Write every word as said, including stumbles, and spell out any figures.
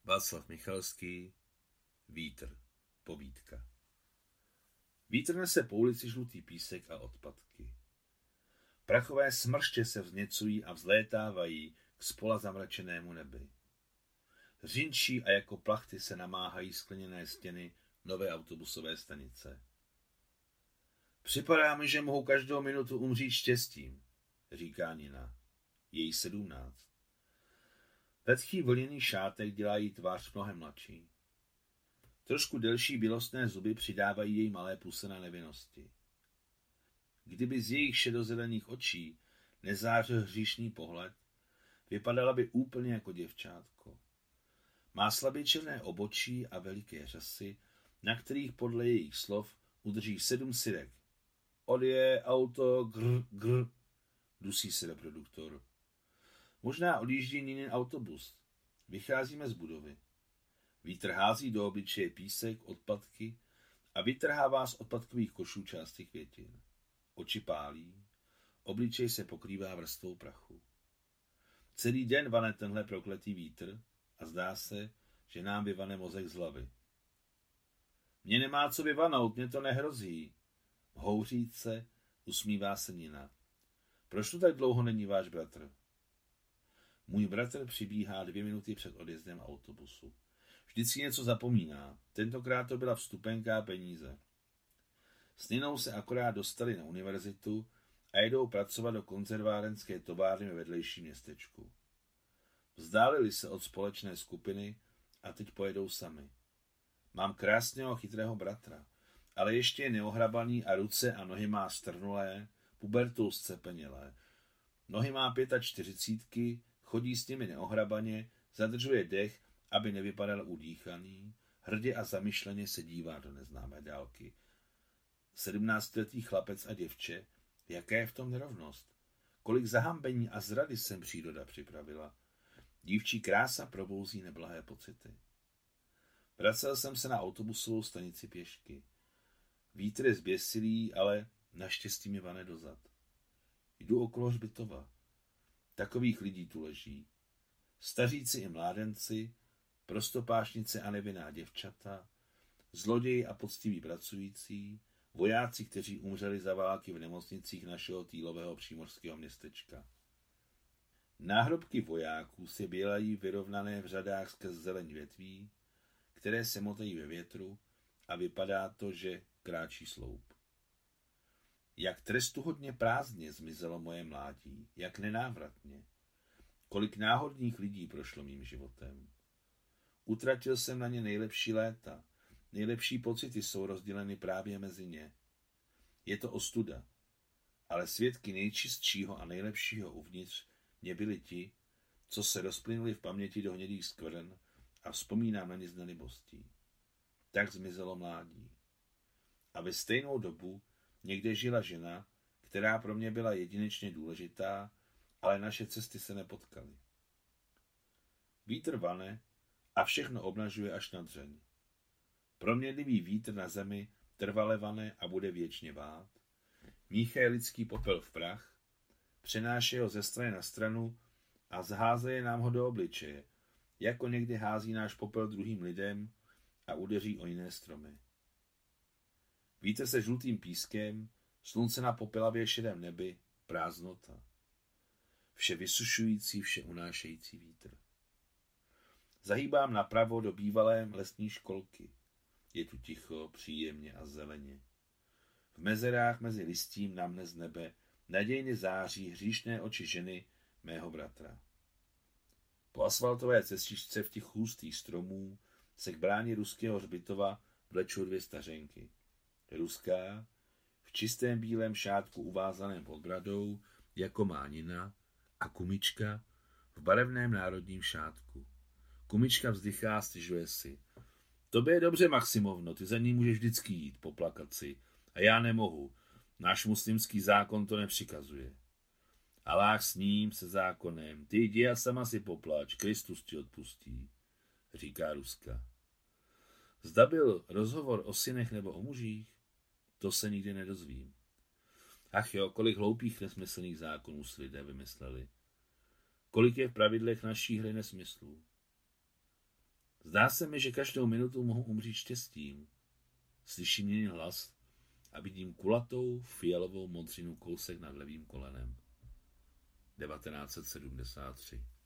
Václav Michalský, Vítr, povídka. Vítr nese po ulici žlutý písek a odpadky. Prachové smrště se vzněcují a vzlétávají k zpola zamračenému nebi. Řinčí a jako plachty se namáhají skleněné stěny nové autobusové stanice. Připadá mi, že mohu každou minutu umřít štěstím, říká Nina. Je jí sedmnáct. Vetchý vlněný šátek dělá jí tvář mnohem mladší. Trošku delší bělostné zuby přidávají její malé puse na nevinnosti. Kdyby z jejich šedozelených očí nezářil hříšný pohled, vypadala by úplně jako děvčátko. Má slabě černé obočí a veliké řasy, na kterých podle jejich slov udrží sedm sirek. Odje auto, gr, gr, dusí se reproduktor. Možná odjíždí Ninin autobus. Vycházíme z budovy. Vítr hází do obličeje písek, odpadky a vytrhává z odpadkových košů části květin. Oči pálí, obličej se pokrývá vrstvou prachu. Celý den vane tenhle prokletý vítr a zdá se, že nám vyvane mozek z hlavy. Mně nemá co vyvanout, mě to nehrozí. Houřít se, usmívá se Nina. Proč tu tak dlouho není váš bratr? Můj bratr přibíhá dvě minuty před odjezdem autobusu. Vždycky něco zapomíná. Tentokrát to byla vstupenka a peníze. S Ninou se akorát dostali na univerzitu a jedou pracovat do konzervárenské továrny ve vedlejším městečku. Vzdálili se od společné skupiny a teď pojedou sami. Mám krásného chytrého bratra, ale ještě je neohrabaný a ruce a nohy má strnulé, pubertou zcepenělé. Nohy má pětačtyřicítky, chodí s nimi neohrabaně, zadržuje dech, aby nevypadal udýchaný, hrdě a zamyšleně se dívá do neznámé dálky. Sedmnáctiletý chlapec a děvče, jaká je v tom nerovnost? Kolik zahambení a zrady sem příroda připravila? Dívčí krása probouzí neblahé pocity. Vracel jsem se na autobusovou stanici pěšky. Vítr je zběsilý, ale naštěstí mi vane dozad. Jdu okolo hřbitova. Takových lidí tu leží. Staříci i mládenci, prostopášnice a nevinná děvčata, zloději a poctiví pracující, vojáci, kteří umřeli za války v nemocnicích našeho týlového přímořského městečka. Náhrobky vojáků se bělají vyrovnané v řadách skrz zeleň větví, které se motají ve větru a vypadá to, že kráčí sloup. Jak trestuhodně prázdně zmizelo moje mládí, jak nenávratně. Kolik náhodných lidí prošlo mým životem. Utratil jsem na ně nejlepší léta. Nejlepší pocity jsou rozděleny právě mezi ně. Je to ostuda, ale svědky nejčistšího a nejlepšího uvnitř mě byli ti, co se rozplynuli v paměti do hnědých skvrn a vzpomínám na ně s nelibostí. Tak zmizelo mládí. A ve stejnou dobu někde žila žena, která pro mě byla jedinečně důležitá, ale naše cesty se nepotkaly. Vítr vane a všechno obnažuje až na dřeň. Proměnlivý vítr na zemi trvale vane a bude věčně vát. Míchá lidský popel v prach, přenáší ho ze strany na stranu a zházeje nám ho do obličeje, jako někdy hází náš popel druhým lidem a udeří o jiné stromy. Vítr se žlutým pískem, slunce na popelavě šedém nebi, prázdnota. Vše vysušující, vše unášející vítr. Zahýbám napravo do bývalé lesní školky. Je tu ticho, příjemně a zeleně. V mezerách mezi listím na mne z nebe nadějně září hříšné oči ženy mého bratra. Po asfaltové cestičce v těch hustých stromů se k bráně ruského hřbitova vlečou dvě stařenky. Ruská, v čistém bílém šátku uvázaném pod bradou, jako má Nina, a Kumička v barevném národním šátku. Kumička vzdychá, stěžuje si. Tobě je dobře, Maximovno, ty za ní můžeš vždycky jít, poplakat si. A já nemohu. Náš muslimský zákon to nepřikazuje. Aláh s ním, se zákonem. Ty jdi a sama si poplač, Kristus ti odpustí, říká Ruska. Zda byl rozhovor o synech nebo o mužích, to se nikdy nedozvím. Ach jo, kolik hloupých nesmyslných zákonů si lidé vymysleli. Kolik je v pravidlech naší hry nesmyslů. Zdá se mi, že každou minutu mohu umřít štěstím. Slyším jen hlas a vidím kulatou fialovou modřinu kousek nad levým kolenem. devatenáct set sedmdesát tři